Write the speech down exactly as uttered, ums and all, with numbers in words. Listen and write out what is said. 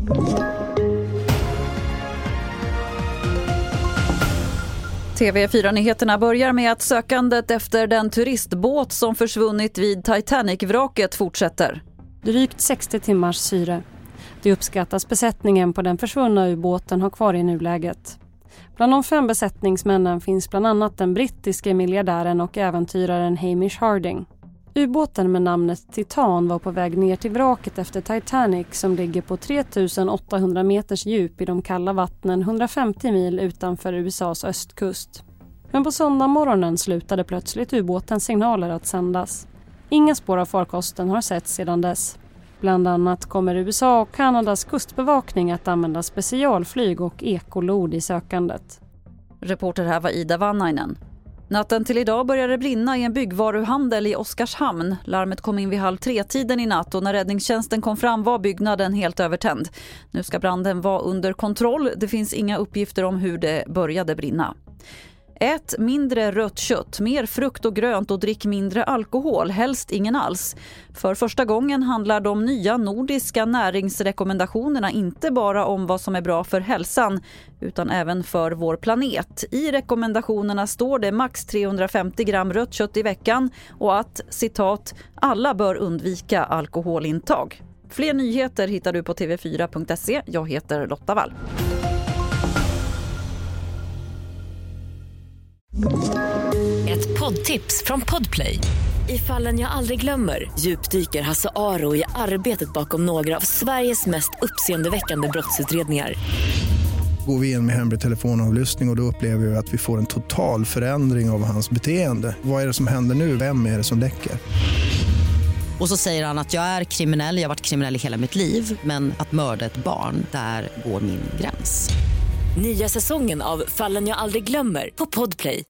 T V fyra-nyheterna börjar med att sökandet efter den turistbåt som försvunnit vid Titanic-vraket fortsätter. Drygt sextio timmars syre. Det uppskattas besättningen på den försvunna ubåten har kvar i nuläget. Bland de fem besättningsmännen finns bland annat den brittiska miljardären och äventyraren Hamish Harding. Ubåten med namnet Titan var på väg ner till vraket efter Titanic som ligger på tre tusen åttahundra meters djup i de kalla vattnen hundrafemtio mil utanför U S A:s östkust. Men på söndag morgonen slutade plötsligt ubåtens signaler att sändas. Inga spår av farkosten har setts sedan dess. Bland annat kommer U S A och Kanadas kustbevakning att använda specialflyg och ekolod i sökandet. Reporter här var Ida Vannainen. Natten till idag började brinna i en byggvaruhandel i Oskarshamn. Larmet kom in vid halv tre-tiden i natt och när räddningstjänsten kom fram var byggnaden helt övertänd. Nu ska branden vara under kontroll. Det finns inga uppgifter om hur det började brinna. Ät mindre rött kött, mer frukt och grönt och drick mindre alkohol, helst ingen alls. För första gången handlar de nya nordiska näringsrekommendationerna inte bara om vad som är bra för hälsan utan även för vår planet. I rekommendationerna står det max trehundrafemtio gram rött kött i veckan och att, citat, alla bör undvika alkoholintag. Fler nyheter hittar du på t v fyra punkt se. Jag heter Lotta Wall. Ett poddtips från Podplay. I Fallen jag aldrig glömmer djupdyker Hasse Aro i arbetet bakom några av Sveriges mest uppseendeväckande brottsutredningar. Går vi in med hemlig telefonavlyssning och då upplever vi att vi får en total förändring av hans beteende. Vad är det som händer nu? Vem är det som läcker? Och så säger han att jag är kriminell, jag har varit kriminell i hela mitt liv. Men att mörda ett barn, där går min gräns. Nya säsongen av Fallen jag aldrig glömmer på Podplay.